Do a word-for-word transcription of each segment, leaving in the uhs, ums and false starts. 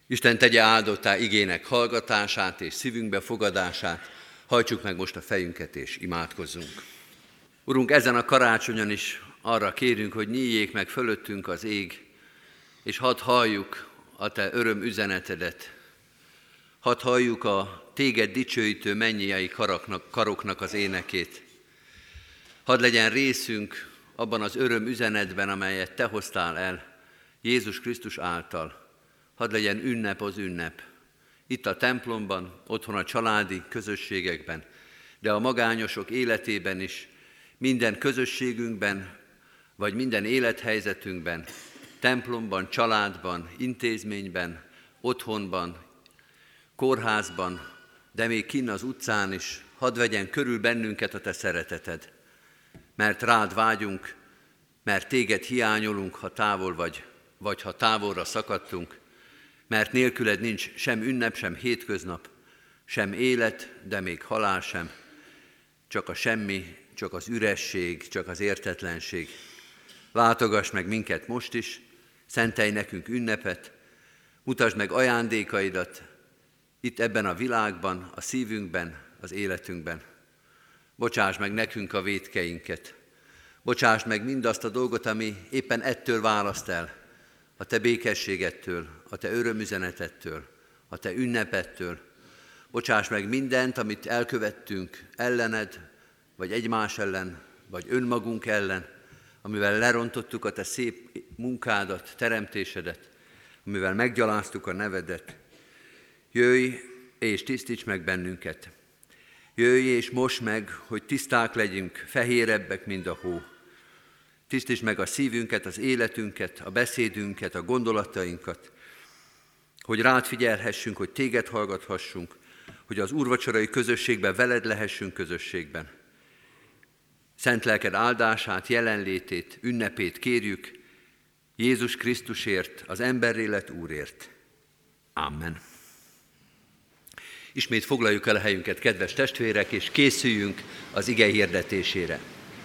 Isten tegye áldottá igének hallgatását és szívünkbe fogadását. Hajtsuk meg most a fejünket és imádkozzunk. Urunk, ezen a karácsonyon is arra kérünk, hogy nyíljék meg fölöttünk az ég, és hadd halljuk a Te öröm üzenetedet. Hadd halljuk a Téged dicsőítő mennyei karoknak, karoknak az énekét. Hadd legyen részünk abban az öröm üzenetben, amelyet Te hoztál el Jézus Krisztus által. Hadd legyen ünnep az ünnep. Itt a templomban, otthon a családi közösségekben, de a magányosok életében is, minden közösségünkben, vagy minden élethelyzetünkben, templomban, családban, intézményben, otthonban, kórházban, de még kinn az utcán is, hadd vegyen körül bennünket a Te szereteted. Mert rád vágyunk, mert Téged hiányolunk, ha távol vagy, vagy ha távolra szakadtunk, mert nélküled nincs sem ünnep, sem hétköznap, sem élet, de még halál sem, csak a semmi, csak az üresség, csak az értetlenség. Látogass meg minket most is, szentelj nekünk ünnepet, mutasd meg ajándékaidat itt ebben a világban, a szívünkben, az életünkben. Bocsáss meg nekünk a vétkeinket, bocsáss meg mindazt a dolgot, ami éppen ettől választ el, a Te békességettől, a Te örömüzenetettől, a Te ünnepettől. Bocsáss meg mindent, amit elkövettünk ellened, vagy egymás ellen, vagy önmagunk ellen, amivel lerontottuk a Te szép munkádat, teremtésedet, amivel meggyaláztuk a nevedet. Jöjj és tisztíts meg bennünket. Jöjj és mosd meg, hogy tiszták legyünk, fehérebbek, mint a hó. Tisztítsd meg a szívünket, az életünket, a beszédünket, a gondolatainkat, hogy rád figyelhessünk, hogy Téged hallgathassunk, hogy az úrvacsorai közösségben veled lehessünk közösségben. Szent lelked áldását, jelenlétét, ünnepét kérjük Jézus Krisztusért, az emberré lett Úrért. Amen. Ismét foglaljuk el a helyünket, kedves testvérek, és készüljünk az ige hirdetésére.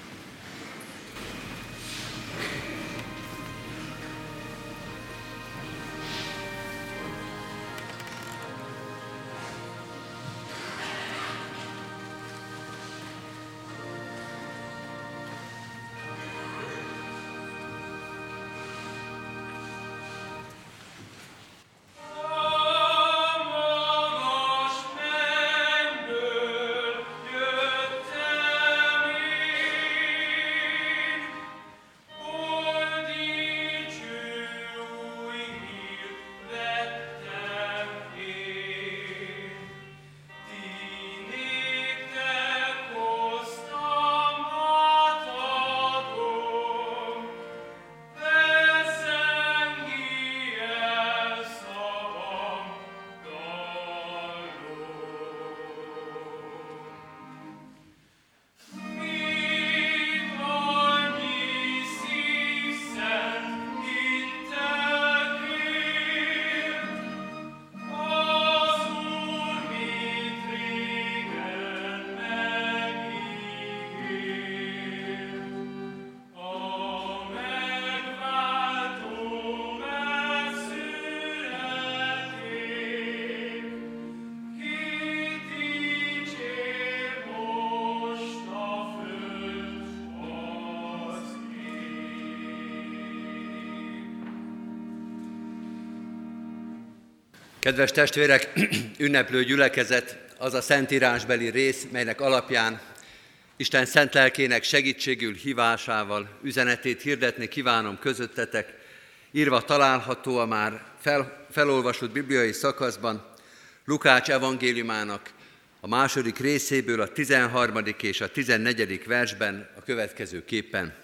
Kedves testvérek, ünneplő gyülekezet az a szentírásbeli rész, melynek alapján Isten szent lelkének segítségül hívásával üzenetét hirdetni kívánom közöttetek, írva található a már fel, felolvasott bibliai szakaszban, Lukács evangéliumának a második részéből a tizenharmadik és a tizennegyedik versben a következő képpen.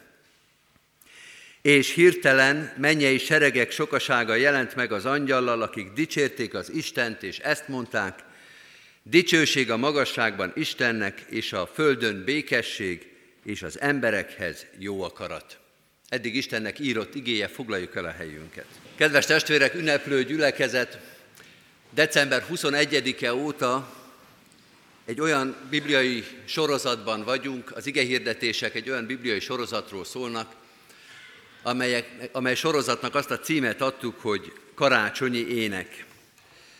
És hirtelen mennyei seregek sokasága jelent meg az angyallal, akik dicsérték az Istent, és ezt mondták: dicsőség a magasságban Istennek, és a földön békesség, és az emberekhez jó akarat. Eddig Istennek írott igéje, foglaljuk el a helyünket. Kedves testvérek, ünneplő gyülekezet, december huszonegyedike óta egy olyan bibliai sorozatban vagyunk, az igehirdetések egy olyan bibliai sorozatról szólnak, amelyek, amely sorozatnak azt a címet adtuk, hogy karácsonyi ének.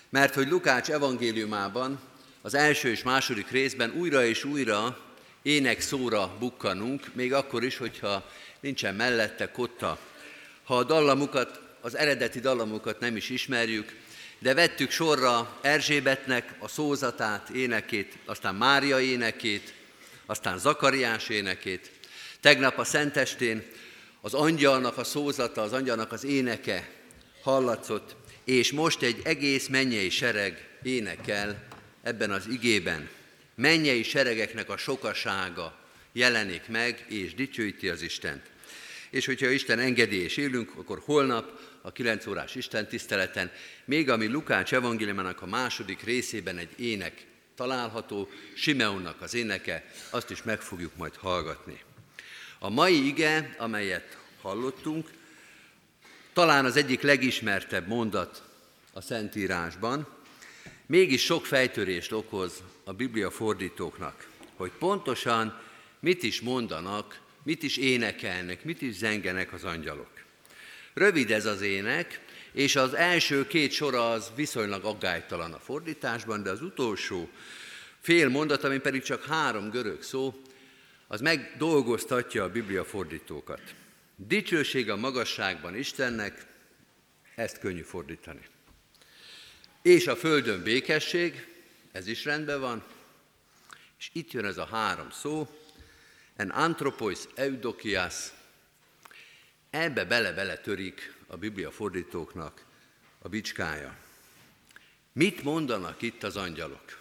Mert hogy Lukács evangéliumában az első és második részben újra és újra ének szóra bukkanunk, még akkor is, hogyha nincsen mellette kotta. Ha a dallamukat, az eredeti dallamukat nem is ismerjük, de vettük sorra Erzsébetnek a szózatát, énekét, aztán Mária énekét, aztán Zakariás énekét. Tegnap a Szentestén az angyalnak a szózata, az angyalnak az éneke hallatszott, és most egy egész mennyei sereg énekel ebben az igében. Mennyei seregeknek a sokasága jelenik meg, és dicsőíti az Istent. És hogyha Isten engedi és élünk, akkor holnap a kilenc órás Isten tiszteleten, még ami Lukács evangéliumának a második részében egy ének található, Simeonnak az éneke, azt is meg fogjuk majd hallgatni. A mai ige, amelyet hallottunk, talán az egyik legismertebb mondat a Szentírásban, mégis sok fejtörést okoz a Biblia fordítóknak, hogy pontosan mit is mondanak, mit is énekelnek, mit is zengenek az angyalok. Rövid ez az ének, és az első két sora az viszonylag aggálytalan a fordításban, de az utolsó fél mondat, ami pedig csak három görög szó, az megdolgoztatja a Biblia fordítókat. Dicsőség a magasságban Istennek, ezt könnyű fordítani. És a földön békesség, ez is rendben van, és itt jön ez a három szó, en anthropois eudokias, ebbe bele-bele törik a Biblia fordítóknak a bicskája. Mit mondanak itt az angyalok?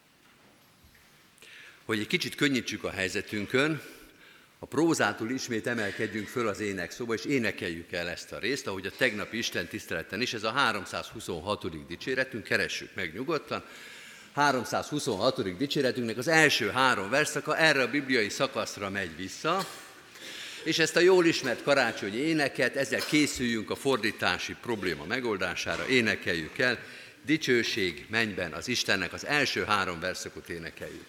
Hogy egy kicsit könnyítsük a helyzetünkön, a prózától ismét emelkedjünk föl az énekszóba, és énekeljük el ezt a részt, ahogy a tegnapi Isten tiszteleten is, ez a háromszázhuszonhatodik dicséretünk, keressük meg nyugodtan. háromszázhuszonhatodik dicséretünknek az első három verszaka erre a bibliai szakaszra megy vissza, és ezt a jól ismert karácsonyi éneket, ezzel készüljünk a fordítási probléma megoldására, énekeljük el, dicsőség mennyben az Istennek, az első három verszakot énekeljük.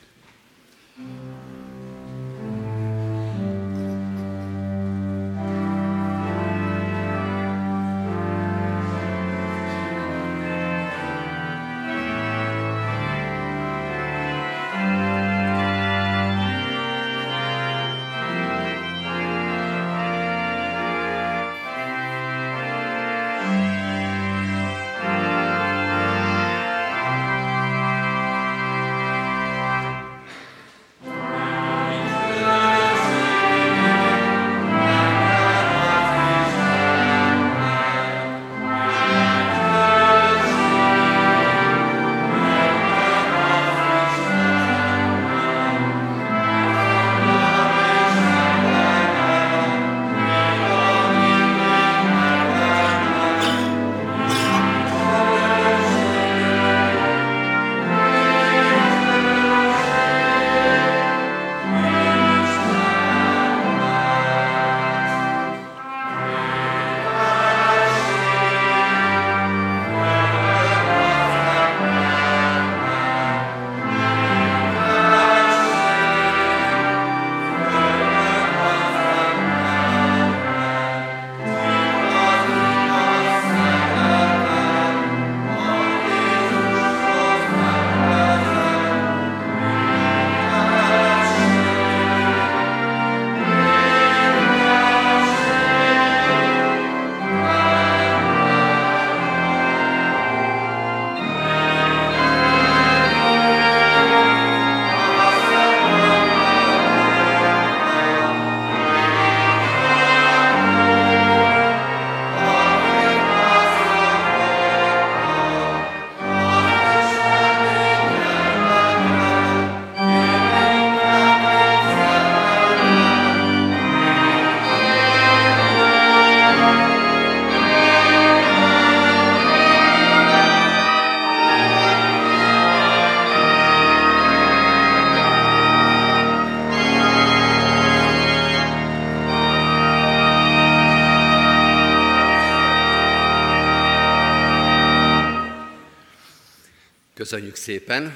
Köszönjük szépen!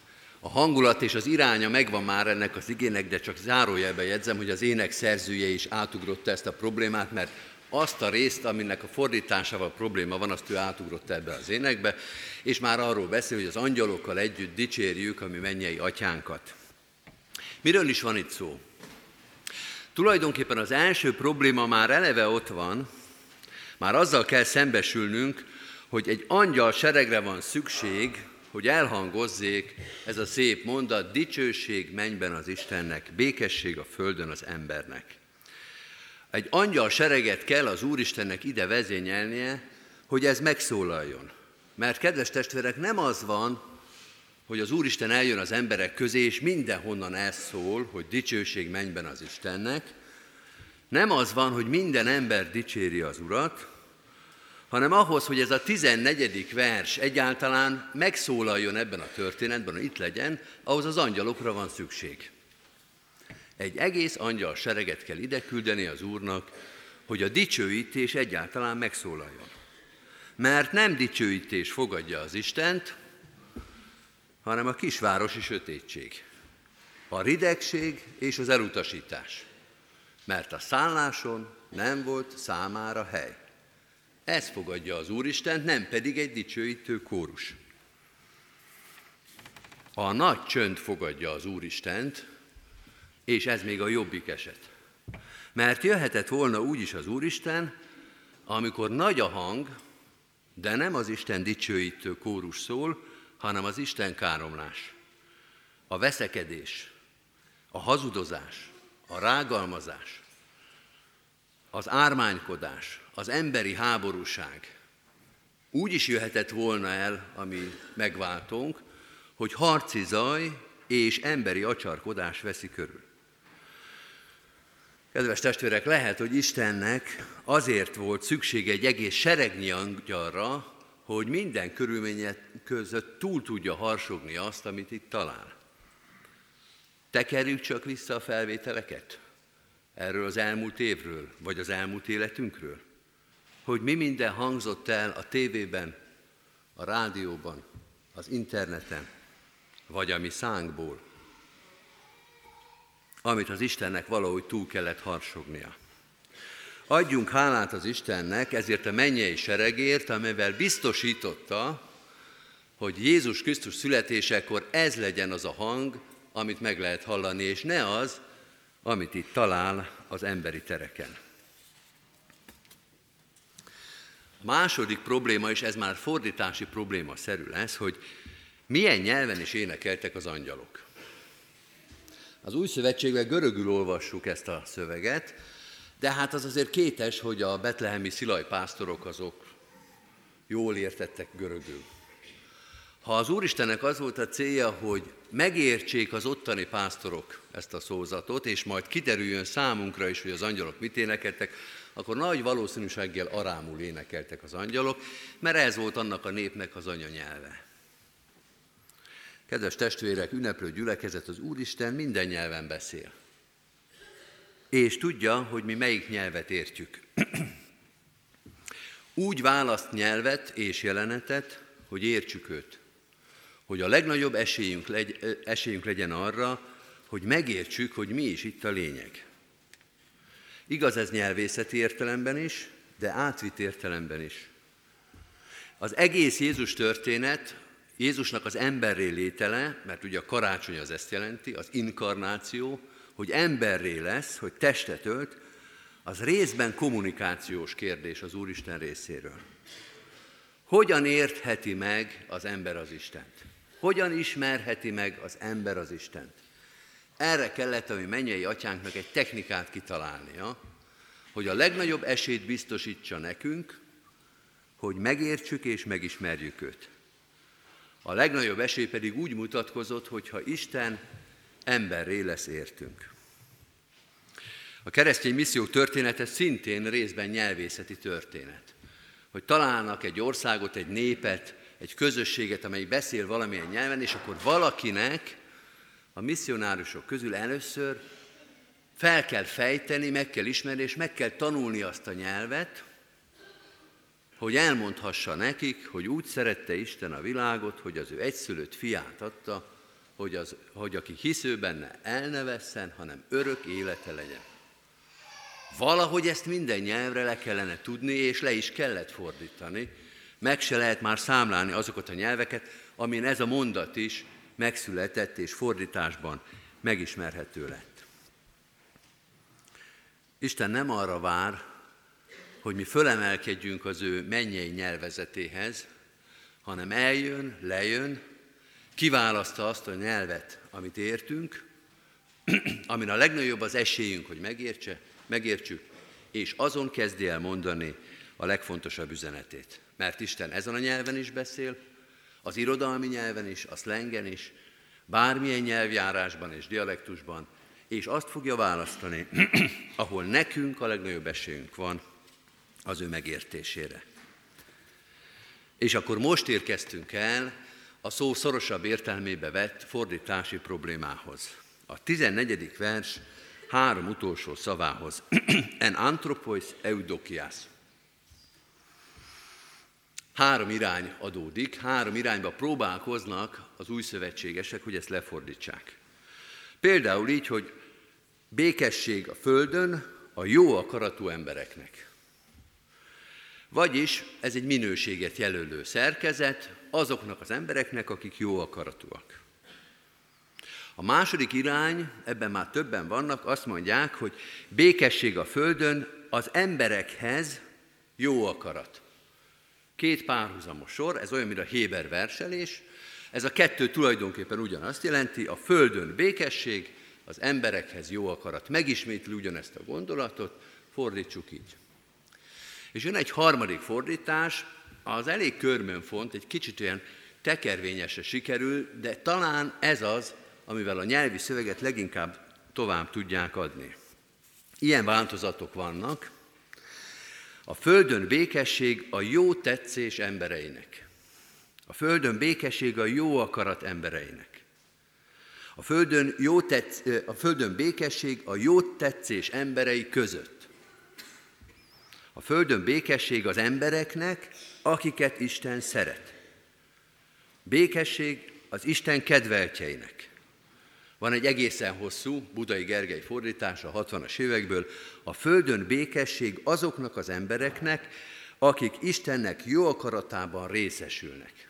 A hangulat és az iránya megvan már ennek az igének, de csak zárójelben jegyzem, hogy az ének szerzője is átugrotta ezt a problémát, mert azt a részt, aminek a fordításával probléma van, azt ő átugrott ebbe az énekbe, és már arról beszél, hogy az angyalokkal együtt dicsérjük a mi mennyei atyánkat. Miről is van itt szó? Tulajdonképpen az első probléma már eleve ott van, már azzal kell szembesülnünk, hogy egy angyal seregre van szükség, hogy elhangozzék ez a szép mondat, dicsőség mennyben az Istennek, békesség a földön az embernek. Egy angyal sereget kell az Úristennek ide vezényelnie, hogy ez megszólaljon. Mert kedves testvérek, nem az van, hogy az Úristen eljön az emberek közé, és mindenhonnan ez szól, hogy dicsőség mennyben az Istennek. Nem az van, hogy minden ember dicséri az Urat, hanem ahhoz, hogy ez a tizennegyedik vers egyáltalán megszólaljon ebben a történetben, hogy itt legyen, ahhoz az angyalokra van szükség. Egy egész angyal sereget kell ide küldeni az Úrnak, hogy a dicsőítés egyáltalán megszólaljon. Mert nem dicsőítés fogadja az Istent, hanem a kisvárosi sötétség, a ridegség és az elutasítás. Mert a szálláson nem volt számára hely. Ez fogadja az Úristent, nem pedig egy dicsőítő kórus. A nagy csönd fogadja az Úristent, és ez még a jobbik eset. Mert jöhetett volna úgy is az Úristen, amikor nagy a hang, de nem az Isten dicsőítő kórus szól, hanem az Isten káromlás, a veszekedés, a hazudozás, a rágalmazás, az ármánykodás, az emberi háborúság. Úgy is jöhetett volna el a mi megváltónk, hogy harci zaj és emberi acsarkodás veszi körül. Kedves testvérek, lehet, hogy Istennek azért volt szüksége egy egész seregnyi angyalra, hogy minden körülmények között túl tudja harsogni azt, amit itt talál. Tekerjük csak vissza a felvételeket erről az elmúlt évről, vagy az elmúlt életünkről, hogy mi minden hangzott el a tévében, a rádióban, az interneten, vagy a mi szánkból, amit az Istennek valahogy túl kellett harsognia. Adjunk hálát az Istennek ezért a mennyei seregért, amivel biztosította, hogy Jézus Krisztus születésekor ez legyen az a hang, amit meg lehet hallani, és ne az, amit itt talál az emberi tereken. A második probléma, és ez már fordítási probléma szerű lesz, hogy milyen nyelven is énekeltek az angyalok. Az Új Szövetségben görögül olvassuk ezt a szöveget, de hát az azért kétes, hogy a betlehemi szilaj pásztorok azok jól értettek görögül. Ha az Úristennek az volt a célja, hogy megértsék az ottani pásztorok ezt a szózatot, és majd kiderüljön számunkra is, hogy az angyalok mit énekeltek, akkor nagy valószínűséggel arámul énekeltek az angyalok, mert ez volt annak a népnek az anyanyelve. Kedves testvérek, ünneplő gyülekezet, az Úristen minden nyelven beszél. És tudja, hogy mi melyik nyelvet értjük. Úgy választ nyelvet és jelenetet, hogy értsük őt. Hogy a legnagyobb esélyünk, legy, esélyünk legyen arra, hogy megértsük, hogy mi is itt a lényeg. Igaz ez nyelvészeti értelemben is, de átvitt értelemben is. Az egész Jézus történet, Jézusnak az emberré létele, mert ugye a karácsony az ezt jelenti, az inkarnáció, hogy emberré lesz, hogy testet ölt, az részben kommunikációs kérdés az Úristen részéről. Hogyan értheti meg az ember az Istent? Hogyan ismerheti meg az ember az Istent? Erre kellett a mi mennyei atyánknak egy technikát kitalálnia, hogy a legnagyobb esélyt biztosítsa nekünk, hogy megértsük és megismerjük őt. A legnagyobb esély pedig úgy mutatkozott, hogyha Isten emberré lesz értünk. A keresztény misszió története szintén részben nyelvészeti történet. Hogy találnak egy országot, egy népet, egy közösséget, amely beszél valamilyen nyelven, és akkor valakinek a misszionárusok közül először fel kell fejteni, meg kell ismerni, és meg kell tanulni azt a nyelvet, hogy elmondhassa nekik, hogy úgy szerette Isten a világot, hogy az ő egyszülött fiát adta, hogy, az, hogy aki hisz ő benne, el ne vesszen, hanem örök élete legyen. Valahogy ezt minden nyelvre le kellene tudni, és le is kellett fordítani. Meg se lehet már számlálni azokat a nyelveket, amin ez a mondat is megszületett és fordításban megismerhető lett. Isten nem arra vár, hogy mi fölemelkedjünk az ő mennyei nyelvezetéhez, hanem eljön, lejön, kiválaszta azt a nyelvet, amit értünk, amin a legnagyobb az esélyünk, hogy megértse, megértsük, és azon kezdi el mondani a legfontosabb üzenetét. Mert Isten ezen a nyelven is beszél, az irodalmi nyelven is, a szlengen is, bármilyen nyelvjárásban és dialektusban, és azt fogja választani, ahol nekünk a legnagyobb esélyünk van az ő megértésére. És akkor most érkeztünk el a szó szorosabb értelmébe vett fordítási problémához. A tizennegyedik vers három utolsó szavához. En anthropois eudokias. Három irány adódik, három irányba próbálkoznak az újszövetségesek, hogy ezt lefordítsák. Például így, hogy békesség a földön a jó akaratú embereknek. Vagyis ez egy minőséget jelölő szerkezet azoknak az embereknek, akik jó akaratúak. A második irány, ebben már többen vannak, azt mondják, hogy békesség a földön az emberekhez jó akarat. Két párhuzamos sor, ez olyan, mint a Héber verselés. Ez a kettő tulajdonképpen ugyanazt jelenti, a földön békesség, az emberekhez jó akarat. Megismétli ugyanezt a gondolatot, fordítsuk így. És jön egy harmadik fordítás, az elég körmönfont, egy kicsit olyan tekervényesre sikerül, de talán ez az, amivel a nyelvi szöveget leginkább tovább tudják adni. Ilyen változatok vannak. A földön békesség a jó tetszés embereinek. A földön békesség a jó akarat embereinek. A földön, jó tetsz, a földön békesség a jó tetszés emberei között. A földön békesség az embereknek, akiket Isten szeret. Békesség az Isten kedveltjeinek. Van egy egészen hosszú Budai Gergely fordítása a hatvanas évekből. A földön békesség azoknak az embereknek, akik Istennek jó akaratában részesülnek.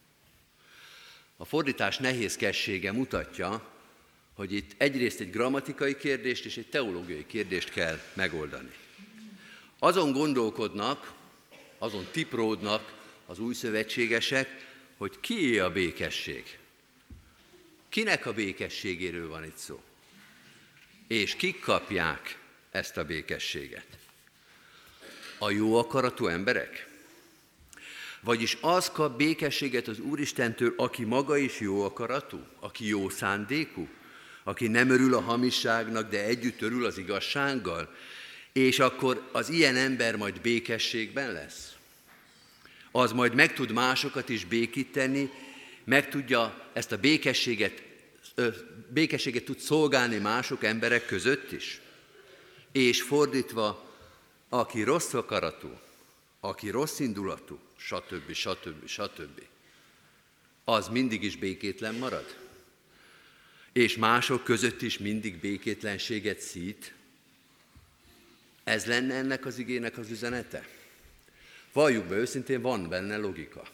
A fordítás nehézkessége mutatja, hogy itt egyrészt egy grammatikai kérdést és egy teológiai kérdést kell megoldani. Azon gondolkodnak, azon tipródnak az újszövetségesek, hogy kié a békesség. Kinek a békességéről van itt szó? És kik kapják ezt a békességet? A jó akaratú emberek? Vagyis az kap békességet az Úristentől, aki maga is jó akaratú, aki jó szándékú, aki nem örül a hamisságnak, de együtt örül az igazsággal, és akkor az ilyen ember majd békességben lesz. Az majd meg tud másokat is békíteni, meg tudja ezt a békességet, békességet tud szolgálni mások emberek között is. És fordítva, aki rossz akaratú, aki rossz indulatú, stb. stb. stb. az mindig is békétlen marad. És mások között is mindig békétlenséget szít. Ez lenne ennek az igének az üzenete? Valljuk be őszintén, van benne logika.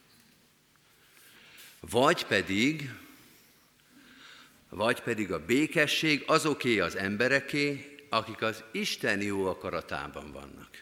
Vagy pedig, vagy pedig a békesség azoké az embereké, akik az Isten jó akaratában vannak.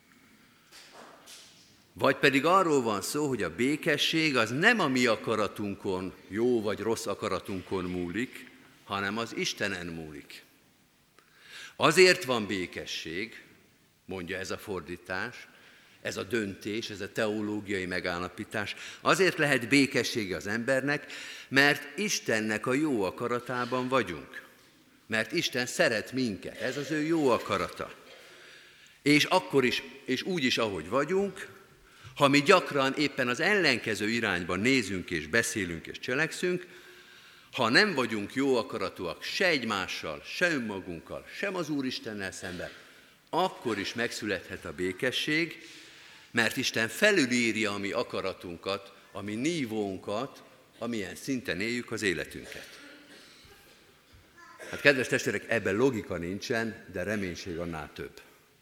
Vagy pedig arról van szó, hogy a békesség az nem a mi akaratunkon, jó vagy rossz akaratunkon múlik, hanem az Istenen múlik. Azért van békesség, mondja ez a fordítás, ez a döntés, ez a teológiai megállapítás. Azért lehet békessége az embernek, mert Istennek a jó akaratában vagyunk. Mert Isten szeret minket, ez az ő jó akarata. És akkor is, és úgy is, ahogy vagyunk, ha mi gyakran éppen az ellenkező irányban nézünk és beszélünk és cselekszünk, ha nem vagyunk jó akaratúak se egymással, se önmagunkkal, sem az Úristennel szemben, akkor is megszülethet a békesség, mert Isten felülírja a mi akaratunkat, a mi nívónkat, amilyen szinten éljük az életünket. Hát kedves testvérek, ebben logika nincsen, de reménység annál több.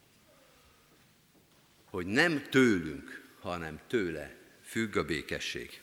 Hogy nem tőlünk, hanem tőle függ a békesség.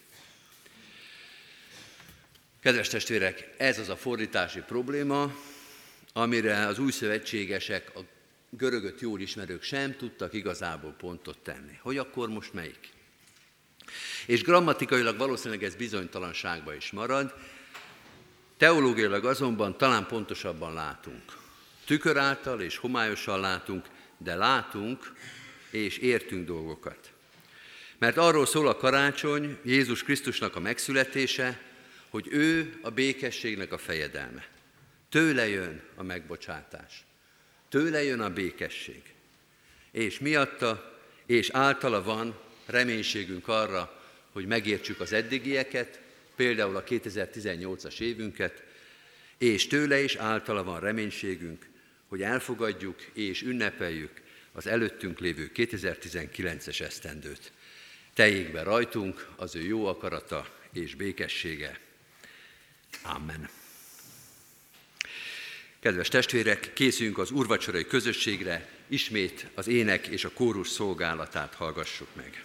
Kedves testvérek, ez az a fordítási probléma, amire az új szövetségesek, a görögöt jól ismerők sem tudtak igazából pontot tenni. Hogy akkor most melyik? És grammatikailag valószínűleg ez bizonytalanságban is marad, teológiailag azonban talán pontosabban látunk. Tükör által és homályosan látunk, de látunk és értünk dolgokat. Mert arról szól a karácsony, Jézus Krisztusnak a megszületése, hogy ő a békességnek a fejedelme. Tőle jön a megbocsátás. Tőle jön a békesség. És miatta és általa van reménységünk arra, hogy megértsük az eddigieket, például a kétezer-tizennyolcas évünket, és tőle és általa van reménységünk, hogy elfogadjuk és ünnepeljük az előttünk lévő kétezer-tizenkilences esztendőt. Teljék be rajtunk az ő jó akarata és békessége. Amen. Kedves testvérek, készüljünk az úrvacsorai közösségre, ismét az ének és a kórus szolgálatát hallgassuk meg.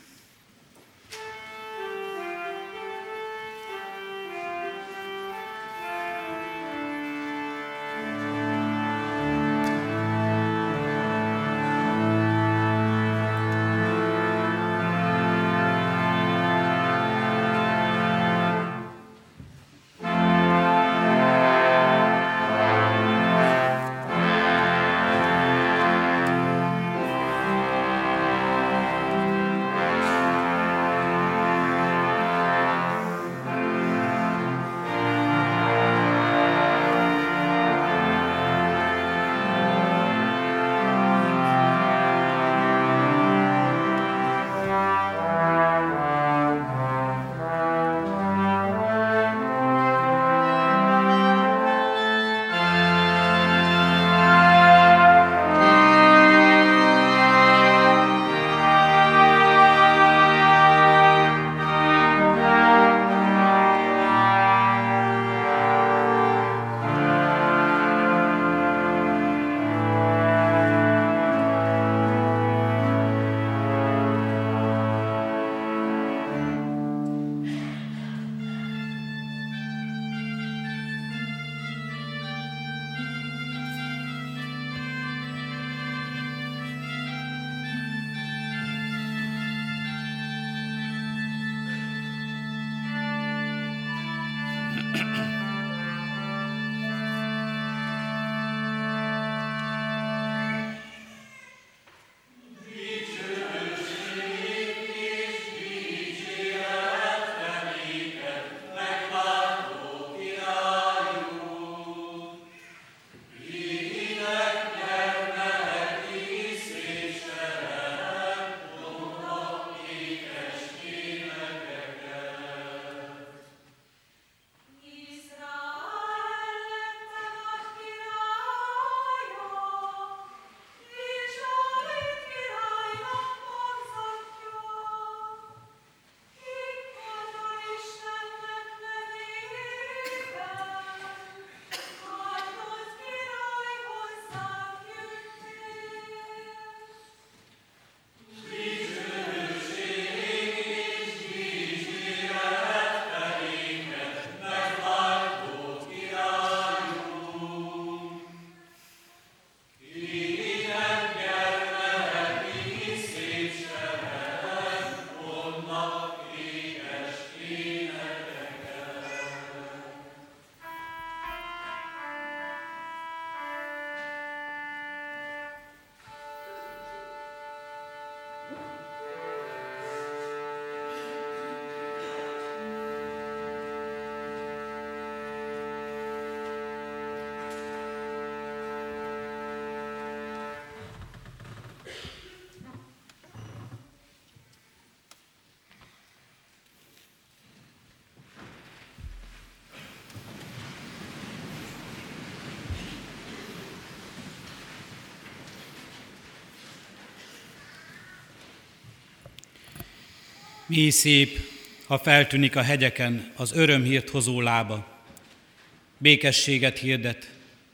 Mi szép, ha feltűnik a hegyeken az örömhírt hozó lába. Békességet hirdet,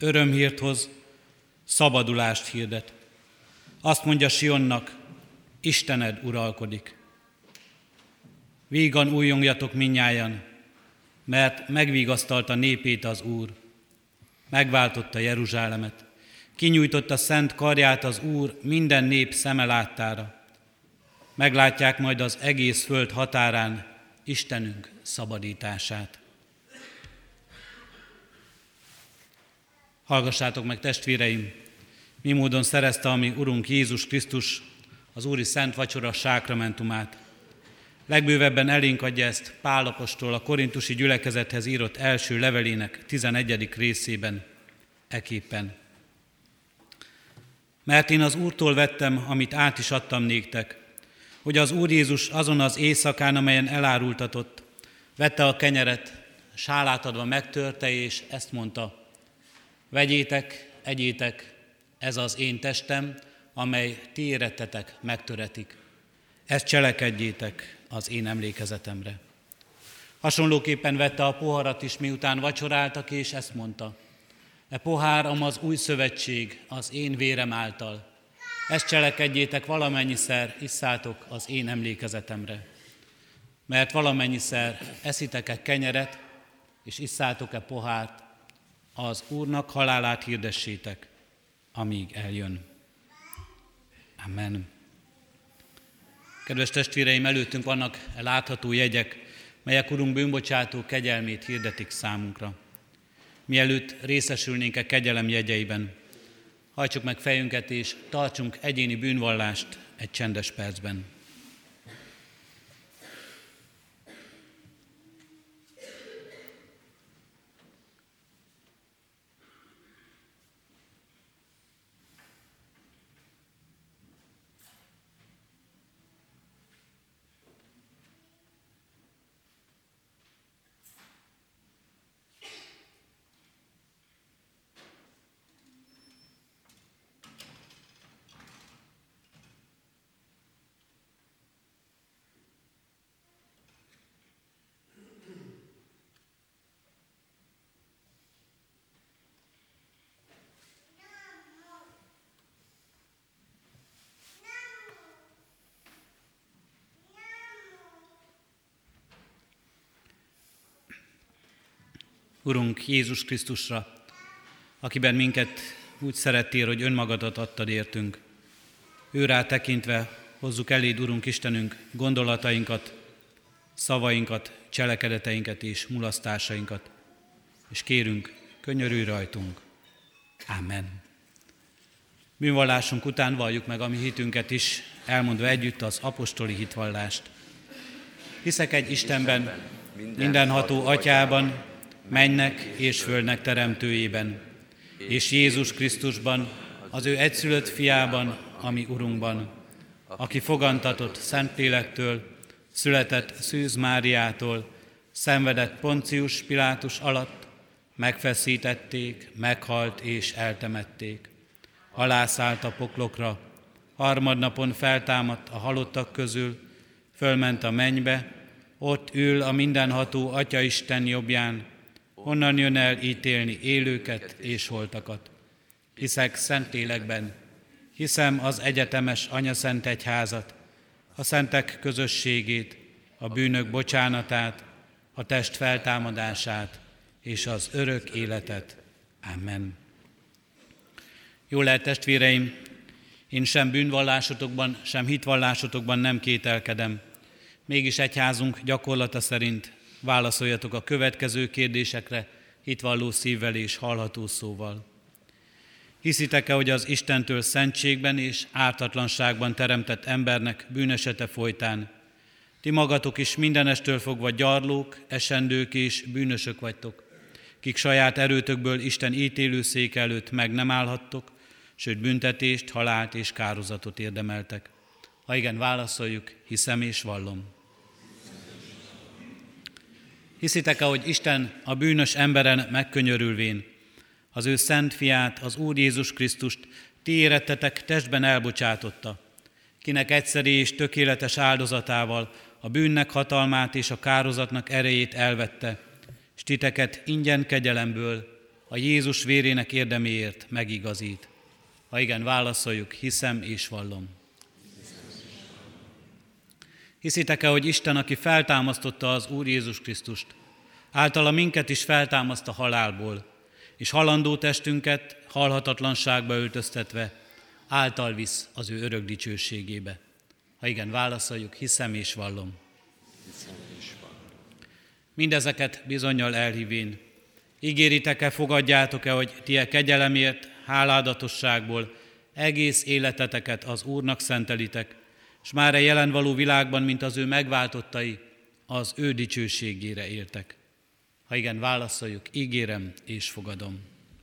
örömhírt hoz, szabadulást hirdet. Azt mondja Sionnak, Istened uralkodik. Vígan újjongjatok minnyájan, mert megvigasztalta népét az Úr. Megváltotta Jeruzsálemet. Kinyújtotta szent karját az Úr minden nép szeme láttára. Meglátják majd az egész föld határán Istenünk szabadítását. Hallgassátok meg, testvéreim, mi módon szerezte a mi Urunk Jézus Krisztus az Úri Szent Vacsora sákramentumát. Legbővebben elénk adja ezt Pál apostol a korintusi gyülekezethez írott első levelének tizenegyedik részében, eképpen. Mert én az Úrtól vettem, amit át is adtam néktek, hogy az Úr Jézus azon az éjszakán, amelyen elárultatott, vette a kenyeret, sálát adva megtörte, és ezt mondta: vegyétek, egyétek, ez az én testem, amely ti érettetek megtöretik. Ezt cselekedjétek az én emlékezetemre. Hasonlóképpen vette a poharat is, miután vacsoráltak, és ezt mondta: e pohár, az új szövetség az én vérem által. Ezt cselekedjétek valamennyiszer, isszátok az én emlékezetemre. Mert valamennyiszer eszitek-e kenyeret, és isszátok-e pohárt, az Úrnak halálát hirdessétek, amíg eljön. Amen. Kedves testvéreim, előttünk vannak látható jegyek, melyek Urunk bűnbocsátó kegyelmét hirdetik számunkra. Mielőtt részesülnénk a kegyelem jegyeiben, hajtsuk meg fejünket és tartsunk egyéni bűnvallást egy csendes percben. Urunk Jézus Krisztusra, akiben minket úgy szerettél, hogy önmagadat adtad értünk. Őrá tekintve hozzuk eléd, Urunk Istenünk, gondolatainkat, szavainkat, cselekedeteinket és mulasztásainkat, és kérünk, könyörülj rajtunk. Amen. Bűnvallásunk után valljuk meg a mi hitünket is, elmondva együtt az apostoli hitvallást. Hiszek egy Istenben, mindenható Atyában, mennek és földnek teremtőjében, és Jézus Krisztusban, az ő egyszülött fiában, ami Urunkban, aki fogantatott Szentlélektől, született Szűz Máriától, szenvedett Poncius Pilátus alatt, megfeszítették, meghalt és eltemették. Alászállt a poklokra, harmadnapon feltámadt a halottak közül, fölment a mennybe, ott ül a mindenható Atyaisten jobbján, onnan jön el ítélni élőket és holtakat. Hiszek Szentlélekben, hiszem az egyetemes Anyaszent Egyházat, a szentek közösségét, a bűnök bocsánatát, a test feltámadását és az örök életet. Amen. Jó lehet, testvéreim, én sem bűnvallásotokban, sem hitvallásotokban nem kételkedem. Mégis egyházunk gyakorlata szerint válaszoljatok a következő kérdésekre hitvalló szívvel és hallható szóval. Hiszitek-e, hogy az Istentől szentségben és ártatlanságban teremtett embernek bűnesete folytán ti magatok is mindenestől fogva gyarlók, esendők és bűnösök vagytok, kik saját erőtökből Isten ítélőszék előtt meg nem állhattok, sőt büntetést, halált és kározatot érdemeltek? Ha igen, válaszoljuk, hiszem és vallom. Hiszitek-e, hogy Isten a bűnös emberen megkönyörülvén az ő szent fiát, az Úr Jézus Krisztust ti érettetek testben elbocsátotta, kinek egyszeri és tökéletes áldozatával a bűnnek hatalmát és a kározatnak erejét elvette, s titeket ingyen kegyelemből a Jézus vérének érdeméért megigazít. Ha igen, válaszoljuk, hiszem és vallom. Hiszitek-e, hogy Isten, aki feltámasztotta az Úr Jézus Krisztust, általa minket is feltámaszt a halálból, és halandó testünket halhatatlanságba öltöztetve által visz az ő örök dicsőségébe? Ha igen, válaszoljuk, hiszem és vallom. Mindezeket bizonnyal elhívén, ígéritek-e, fogadjátok-e, hogy ti e kegyelemért, háládatosságból egész életeteket az Úrnak szentelitek, és már a jelen való világban, mint az ő megváltottai, az ő dicsőségére éltek? Ha igen, válaszoljuk, ígérem és fogadom.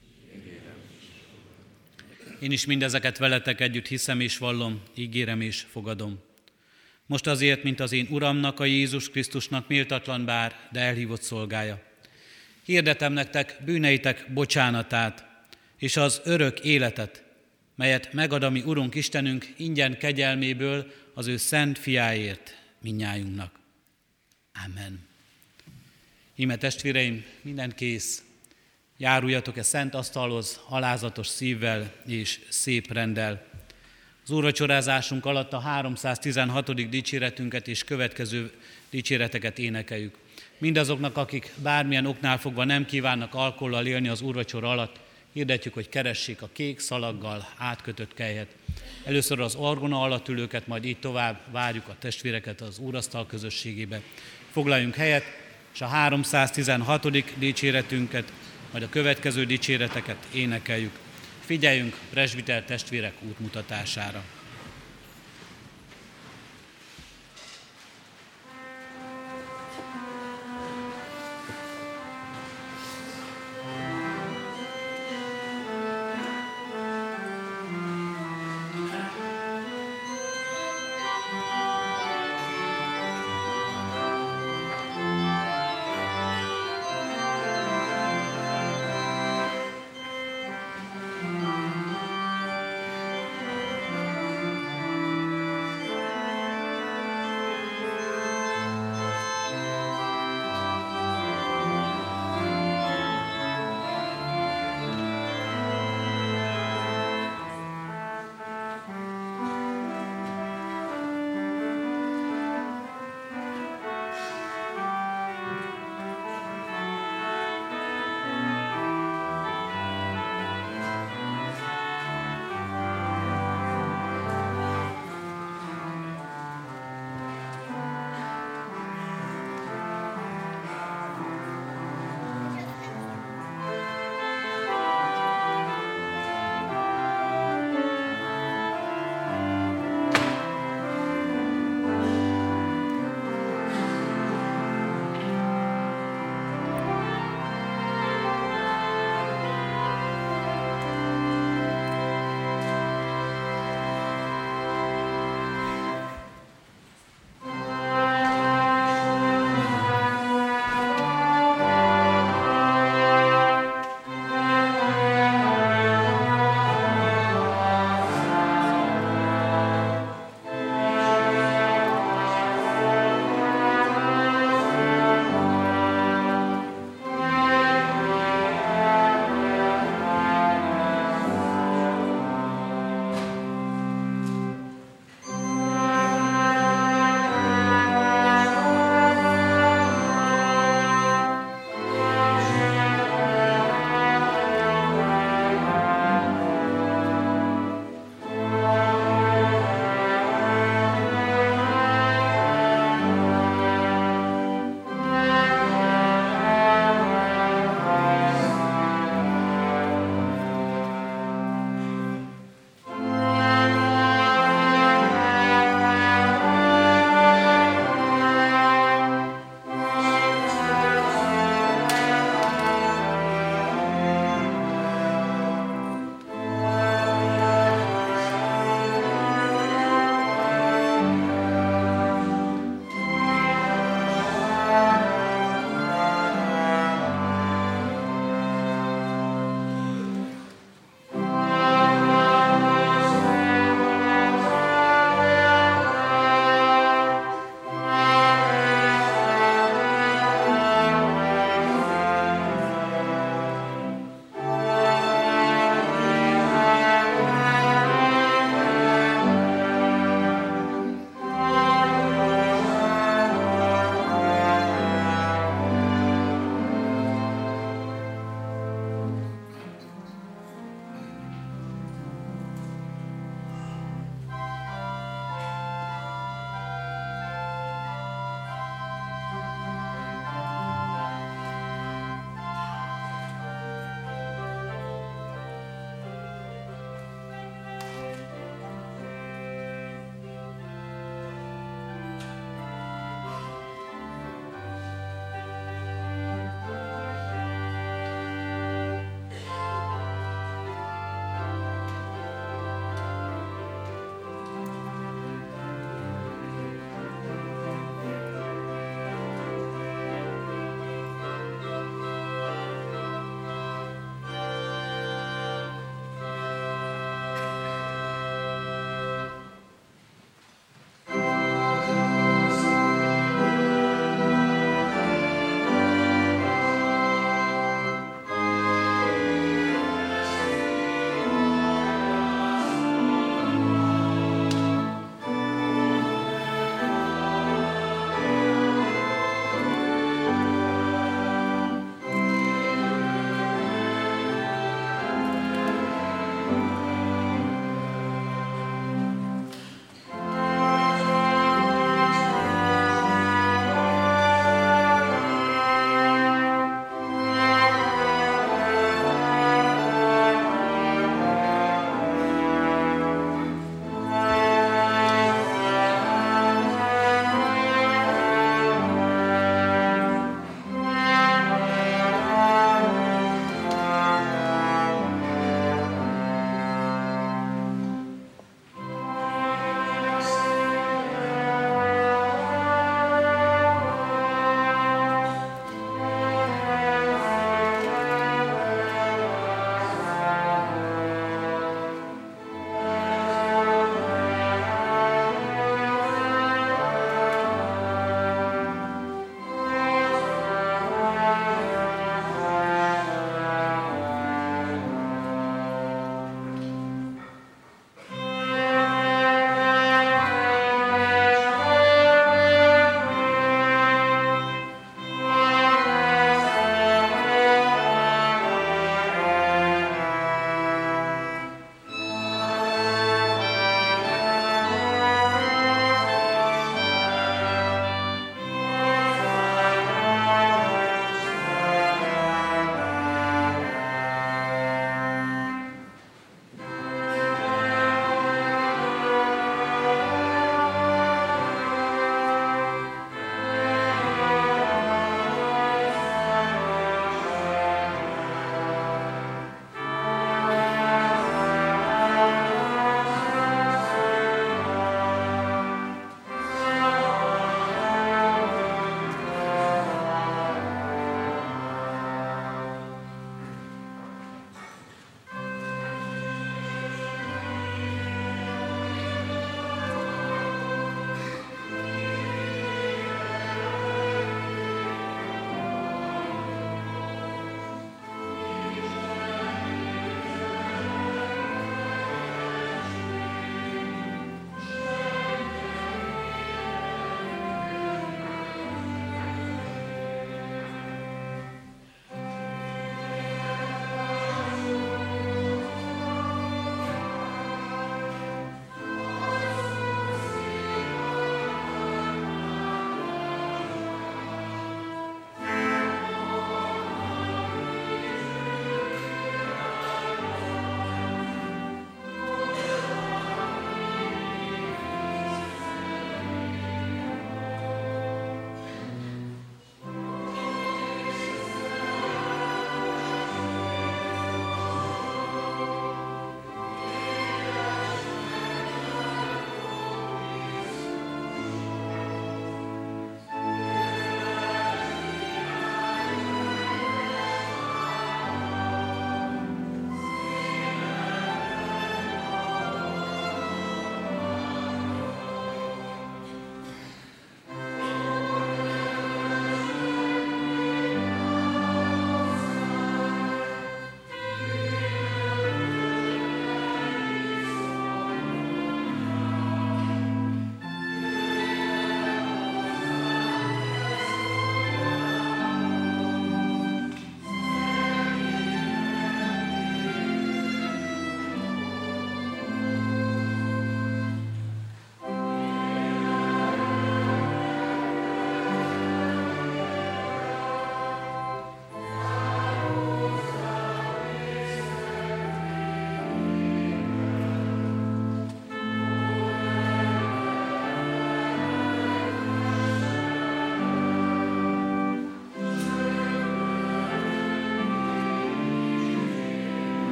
Én is mindezeket veletek együtt hiszem és vallom, ígérem és fogadom. Most azért, mint az én Uramnak, a Jézus Krisztusnak méltatlan bár, de elhívott szolgája. Hirdetem nektek bűneitek bocsánatát, és az örök életet, melyet megad a mi Urunk Istenünk ingyen kegyelméből az ő szent fiáért mindnyájunknak. Amen. Íme testvéreim, minden kész, járuljatok-e szent asztalhoz alázatos szívvel és szép renddel. Az úrvacsorázásunk alatt a háromszáztizenhatodik dicséretünket és következő dicséreteket énekeljük. Mindazoknak, akik bármilyen oknál fogva nem kívánnak alkohollal élni az úrvacsora alatt, hirdetjük, hogy keressék a kék szalaggal átkötött kelyhet. Először az orgona alatt ülőket, majd így tovább várjuk a testvéreket az úrasztal közösségébe. Foglaljunk helyet, és a háromszáztizenhatodik dicséretünket, majd a következő dicséreteket énekeljük. Figyeljünk presbiter testvérek útmutatására.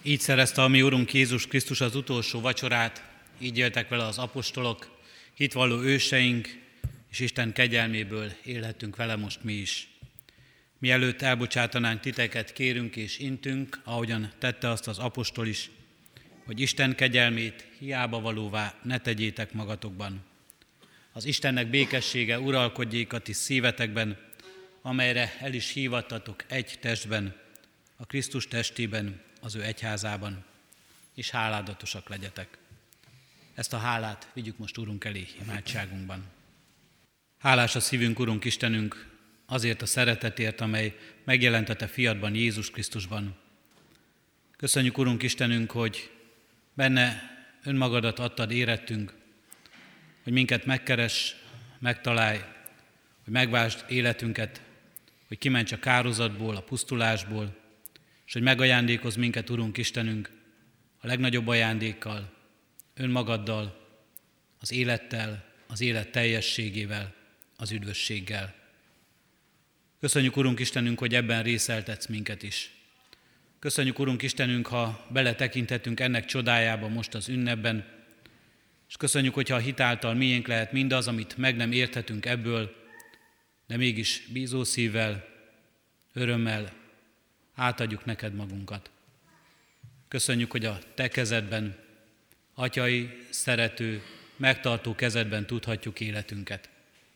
Így szerezte a mi Urunk Jézus Krisztus az utolsó vacsorát, így éltek vele az apostolok, hitvalló őseink, és Isten kegyelméből élhetünk vele most mi is. Mielőtt elbocsátanánk titeket, kérünk és intünk, ahogyan tette azt az apostol is, hogy Isten kegyelmét hiába valóvá ne tegyétek magatokban. Az Istennek békessége uralkodjék a ti szívetekben, amelyre el is hívattatok egy testben, a Krisztus testében, az ő egyházában, és háládatosak legyetek. Ezt a hálát vigyük most Urunk elé imádságunkban. Hálás a szívünk, Urunk Istenünk, azért a szeretetért, amely megjelent a te fiadban, Jézus Krisztusban. Köszönjük, Urunk Istenünk, hogy benne önmagadat adtad érettünk, hogy minket megkeres, megtalálj, hogy megváltsd életünket, hogy kiments a kározatból, a pusztulásból, és hogy megajándékozz minket, Urunk Istenünk, a legnagyobb ajándékkal, önmagaddal, az élettel, az élet teljességével, az üdvösséggel. Köszönjük, Urunk Istenünk, hogy ebben részeltetsz minket is. Köszönjük, Urunk Istenünk, ha beletekinthetünk ennek csodájába most az ünnepben, és köszönjük, hogyha a hitáltal miénk lehet mindaz, amit meg nem érthetünk ebből, de mégis bízó szívvel, örömmel átadjuk neked magunkat. Köszönjük, hogy a te kezedben, atyai, szerető, megtartó kezedben tudhatjuk életünket.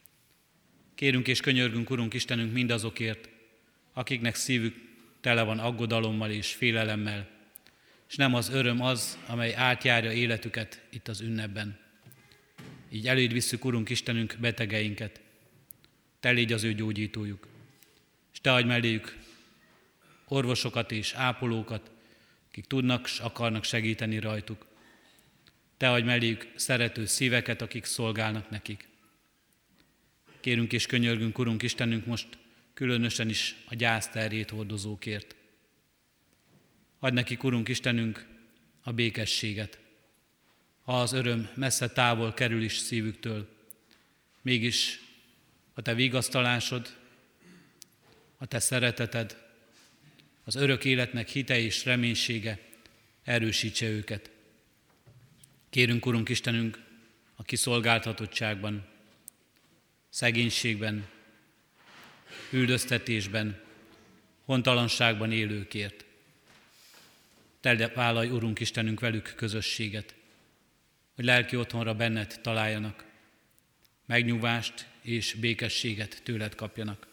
Kérünk és könyörgünk, Urunk Istenünk, mindazokért, akiknek szívük tele van aggodalommal és félelemmel, és nem az öröm az, amely átjárja életüket itt az ünnepben. Így eléd visszük, Urunk Istenünk, betegeinket. Te légy az ő gyógyítójuk, és te adj melléjük orvosokat és ápolókat, akik tudnak és akarnak segíteni rajtuk. Te adj melléjük szerető szíveket, akik szolgálnak nekik. Kérünk és könyörgünk, Urunk Istenünk, most különösen is a gyászterhét hordozókért. Adj nekik, Urunk Istenünk, a békességet. Ha az öröm messze távol kerül is szívüktől, mégis a te vigasztalásod, a te szereteted, az örök életnek hite és reménysége erősítse őket. Kérünk, Urunk Istenünk, a kiszolgáltatottságban, szegénységben, üldöztetésben, hontalanságban élőkért. Te vállalj, Urunk Istenünk, velük közösséget, hogy lelki otthonra benned találjanak, megnyugvást és békességet tőled kapjanak.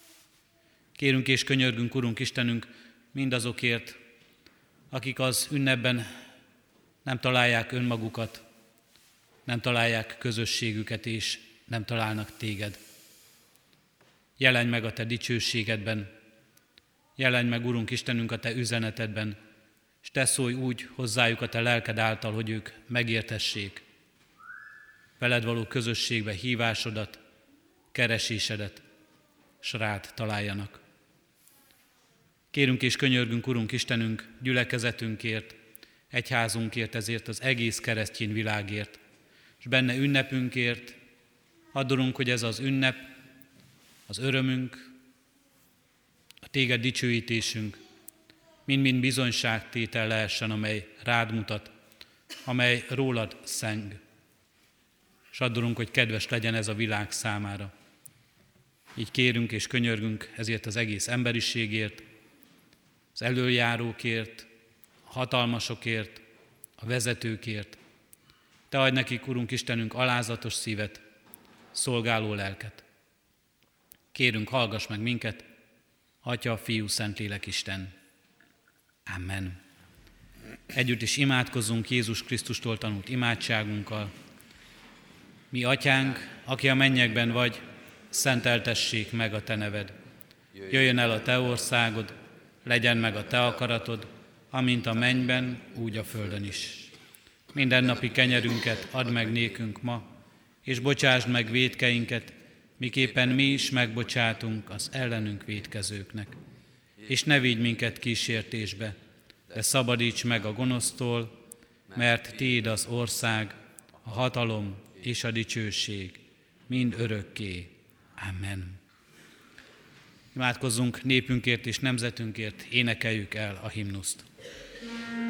Kérünk és könyörgünk, Urunk Istenünk, mindazokért, akik az ünnepben nem találják önmagukat, nem találják közösségüket és nem találnak téged. Jelenj meg a te dicsőségedben, jelenj meg, Urunk Istenünk, a te üzenetedben, és te szólj úgy hozzájuk a te lelked által, hogy ők megértessék veled való közösségbe hívásodat, keresésedet, s rád találjanak. Kérünk és könyörgünk, Urunk Istenünk, gyülekezetünkért, egyházunkért, ezért az egész keresztény világért, és benne ünnepünkért. Addurunk, hogy ez az ünnep, az örömünk, a téged dicsőítésünk, mind-mind bizonyságtétel lehessen, amely rád mutat, amely rólad szeng. És addurunk, hogy kedves legyen ez a világ számára. Így kérünk és könyörgünk ezért az egész emberiségért, az elöljárókért, a hatalmasokért, a vezetőkért. Te adj nekik, Urunk Istenünk, alázatos szívet, szolgáló lelket. Kérünk, hallgass meg minket, Atya, Fiú, Szentlélek, Isten. Amen. Együtt is imádkozzunk Jézus Krisztustól tanult imádságunkkal. Mi Atyánk, aki a mennyekben vagy, szenteltessék meg a te neved. Jöjjön el a te országod, legyen meg a te akaratod, amint a mennyben, úgy a földön is. Mindennapi kenyerünket add meg nékünk ma, és bocsásd meg vétkeinket, miképpen mi is megbocsátunk az ellenünk vétkezőknek. És ne vigy minket kísértésbe, de szabadíts meg a gonosztól, mert tiéd az ország, a hatalom és a dicsőség, mind örökké. Amen. Imádkozzunk népünkért és nemzetünkért, énekeljük el a himnuszt.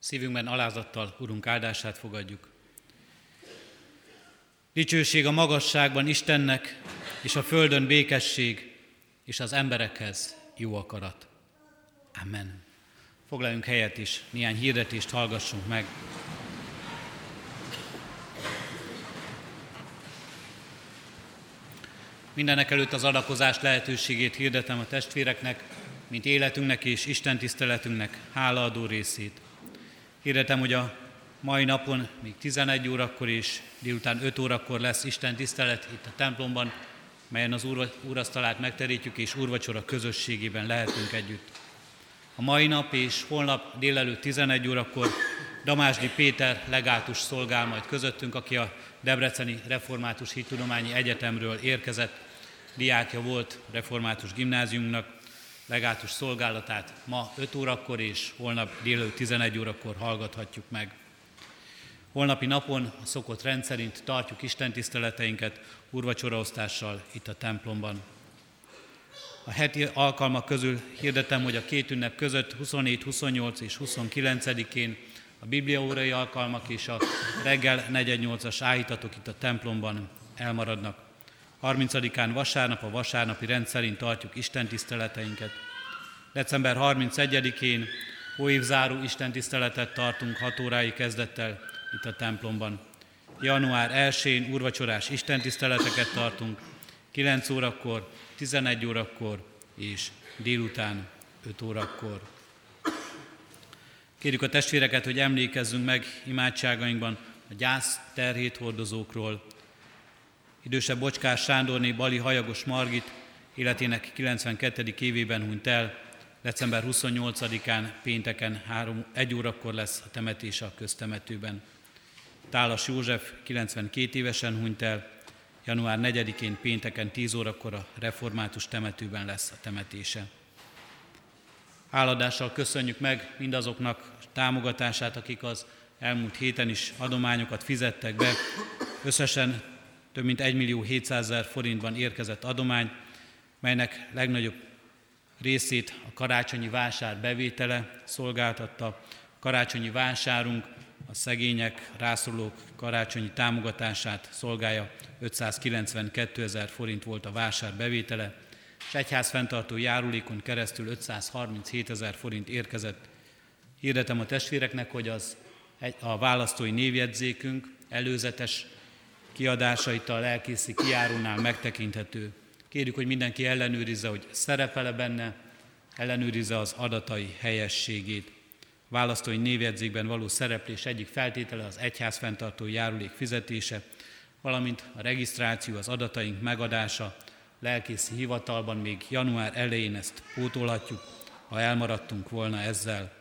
Szívünkben alázattal Urunk áldását fogadjuk. Dicsőség a magasságban Istennek, és a földön békesség, és az emberekhez jó akarat. Amen. Foglaljunk helyet is, néhány hirdetést hallgassunk meg. Mindenek előtt az adakozás lehetőségét hirdetem a testvéreknek, mint életünknek és istentiszteletünknek hálaadó részét. Hirdetem, hogy a mai napon még tizenegy órakor és délután öt órakor lesz istentisztelet itt a templomban, melyen az úr, úrasztalát megterítjük és úrvacsora közösségében lehetünk együtt. A mai nap és holnap délelőtt tizenegy órakor Damásdi Péter legátus szolgál majd közöttünk, aki a Debreceni Református Hittudományi Egyetemről érkezett, diákja volt Református Gimnáziumnak, legátus szolgálatát ma öt órakor és holnap délelőtt tizenegy órakor hallgathatjuk meg. Holnapi napon a szokott rendszerint tartjuk istentiszteleteinket úrvacsoraosztással itt a templomban. A heti alkalmak közül hirdetem, hogy a két ünnep között huszonhét, huszonnyolc és huszonkilencedikén a bibliaórai alkalmak és a reggel negyven nyolcas áhítatok itt a templomban elmaradnak. harmincadikán vasárnap a vasárnapi rendszerint tartjuk istentiszteleteinket. december harmincegyedikén óévzáró istentiszteletet tartunk hat órái kezdettel itt a templomban. január elsején úrvacsorás istentiszteleteket tartunk kilenc órakor, tizenegy órakor és délután öt órakor. Kérjük a testvéreket, hogy emlékezzünk meg imádságainkban a gyász terhét hordozókról. Idősebb Bocskás Sándorné Bali Hajagos Margit életének kilencvenkettedik évében hunyt el. december huszonnyolcadikán pénteken három, egy órakor lesz a temetése a köztemetőben. Tálas József kilencvenkét évesen hunyt el. január negyedikén pénteken tíz órakor a református temetőben lesz a temetése. Háladással köszönjük meg mindazoknak támogatását, akik az elmúlt héten is adományokat fizettek be. Összesen több mint egymillió hétszázezer forintban érkezett adomány, melynek legnagyobb részét a karácsonyi vásár bevétele szolgáltatta. A karácsonyi vásárunk a szegények, rászorulók karácsonyi támogatását szolgálja, ötszázkilencvenkétezer forint volt a vásár bevétele, és egyházfenntartó járulékon keresztül ötszázharminchétezer forint érkezett. Hirdetem a testvéreknek, hogy az, a választói névjegyzékünk előzetes kiadásait a lelkészi kijárónál megtekinthető. Kérjük, hogy mindenki ellenőrizze, hogy szerepel-e benne, ellenőrizze az adatai helyességét. A választói névjegyzékben való szereplés egyik feltétele az egyházfenntartó járulék fizetése, valamint a regisztráció, az adataink megadása. Lelkészi hivatalban még január elején ezt pótolhatjuk, ha elmaradtunk volna ezzel.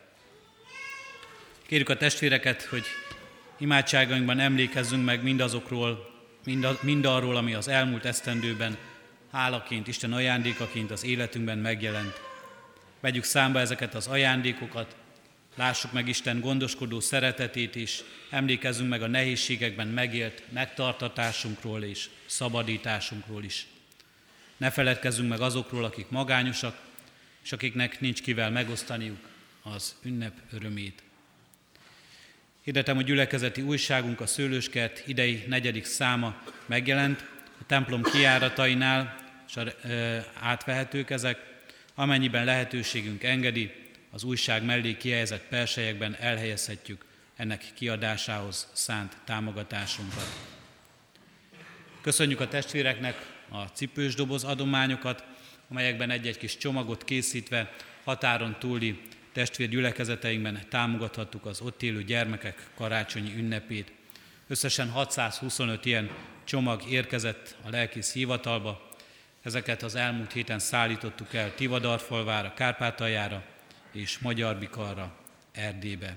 Kérjük a testvéreket, hogy imádságainkban emlékezzünk meg mindazokról, mindarról, ami az elmúlt esztendőben hálaként, Isten ajándékaként az életünkben megjelent. Vegyük számba ezeket az ajándékokat, lássuk meg Isten gondoskodó szeretetét is, emlékezzünk meg a nehézségekben megélt megtartatásunkról és szabadításunkról is. Ne feledkezzünk meg azokról, akik magányosak, és akiknek nincs kivel megosztaniuk az ünnep örömét. Hirdetem, hogy gyülekezeti újságunk, a Szőlőskert idei negyedik száma megjelent, a templom kijáratainál, és átvehetők ezek, amennyiben lehetőségünk engedi, az újság mellé kihelyezett perselyekben elhelyezhetjük ennek kiadásához szánt támogatásunkat. Köszönjük a testvéreknek a cipős doboz adományokat, amelyekben egy-egy kis csomagot készítve határon túli testvérgyülekezeteinkben támogathattuk az ott élő gyermekek karácsonyi ünnepét. Összesen hatszázhuszonöt ilyen csomag érkezett a lelkész hivatalba. Ezeket az elmúlt héten szállítottuk el Tivadarfalvára, Kárpátaljára és Magyarbikarra, Erdélybe.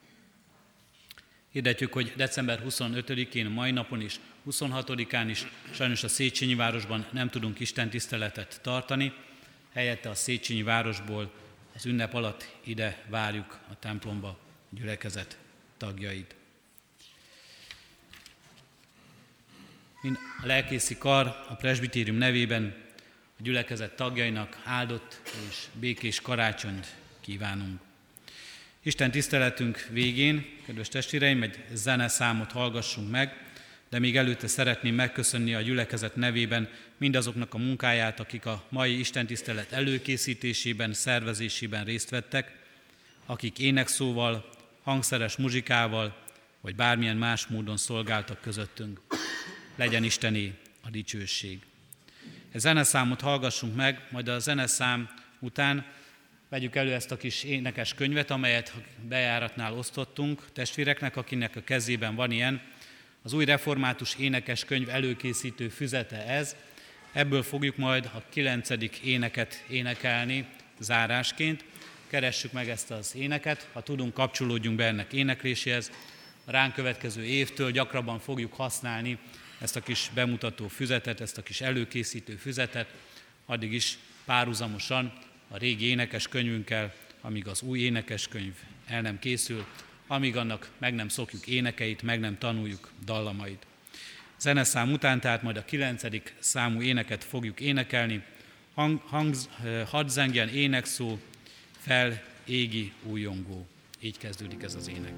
Hirdetjük, hogy december huszonötödikén, a mai napon is, huszonhatodikán is sajnos a Széchenyi városban nem tudunk istentiszteletet tartani, helyette a Széchenyi városból az ünnep alatt ide várjuk a templomba a gyülekezet tagjait. A lelkészi kar a presbitérium nevében a gyülekezet tagjainak áldott és békés karácsonyt kívánunk. Isten tiszteletünk végén, kedves testvéreim, egy zeneszámot hallgassunk meg, de még előtte szeretném megköszönni a gyülekezet nevében mindazoknak a munkáját, akik a mai istentisztelet előkészítésében, szervezésében részt vettek, akik énekszóval, hangszeres muzsikával, vagy bármilyen más módon szolgáltak közöttünk. Legyen Istené a dicsőség. Egy zeneszámot hallgassunk meg, majd a zeneszám után vegyük elő ezt a kis énekes könyvet, amelyet bejáratnál osztottunk testvéreknek, akinek a kezében van ilyen. Az új református énekes könyv előkészítő füzete ez. Ebből fogjuk majd a kilencedik éneket énekelni zárásként. Keressük meg ezt az éneket, ha tudunk, kapcsolódjunk be ennek énekléséhez. A ránk következő évtől gyakrabban fogjuk használni ezt a kis bemutató füzetet, ezt a kis előkészítő füzetet, addig is párhuzamosan a régi énekes könyvünkkel, amíg az új énekes könyv el nem készül, amíg annak meg nem szokjuk énekeit, meg nem tanuljuk dallamait. Zeneszám után tehát majd a kilencedik számú éneket fogjuk énekelni. Hang, hang, hadd zengjen énekszó, fel égi újongó. Így kezdődik ez az ének.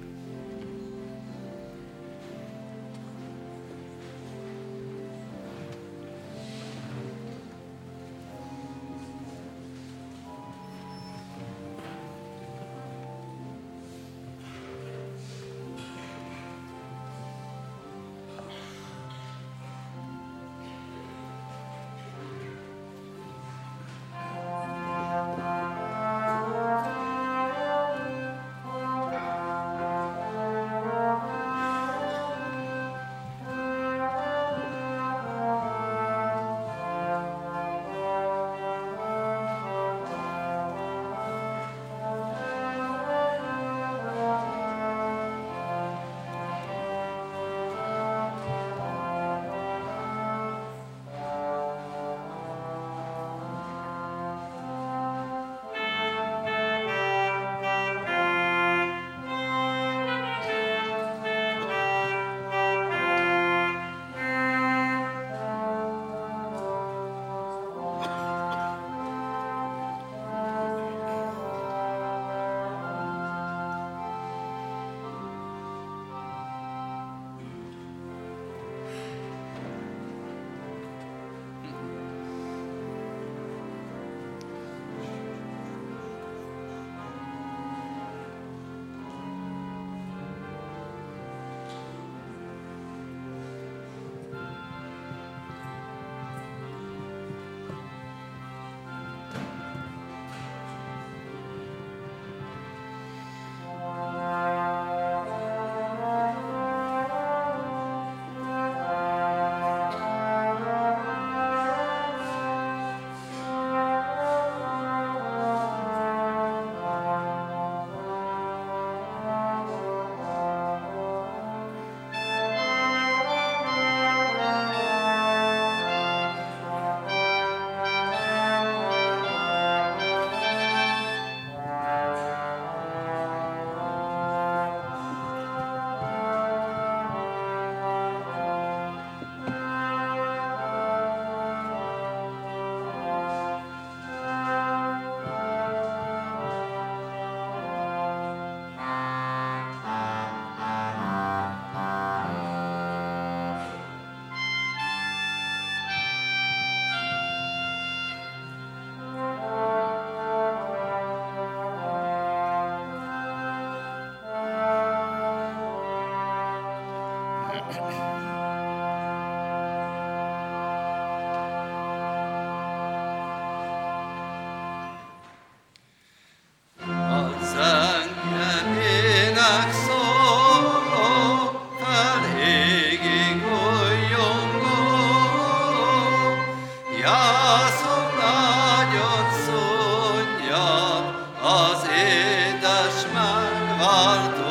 Az édes megváltó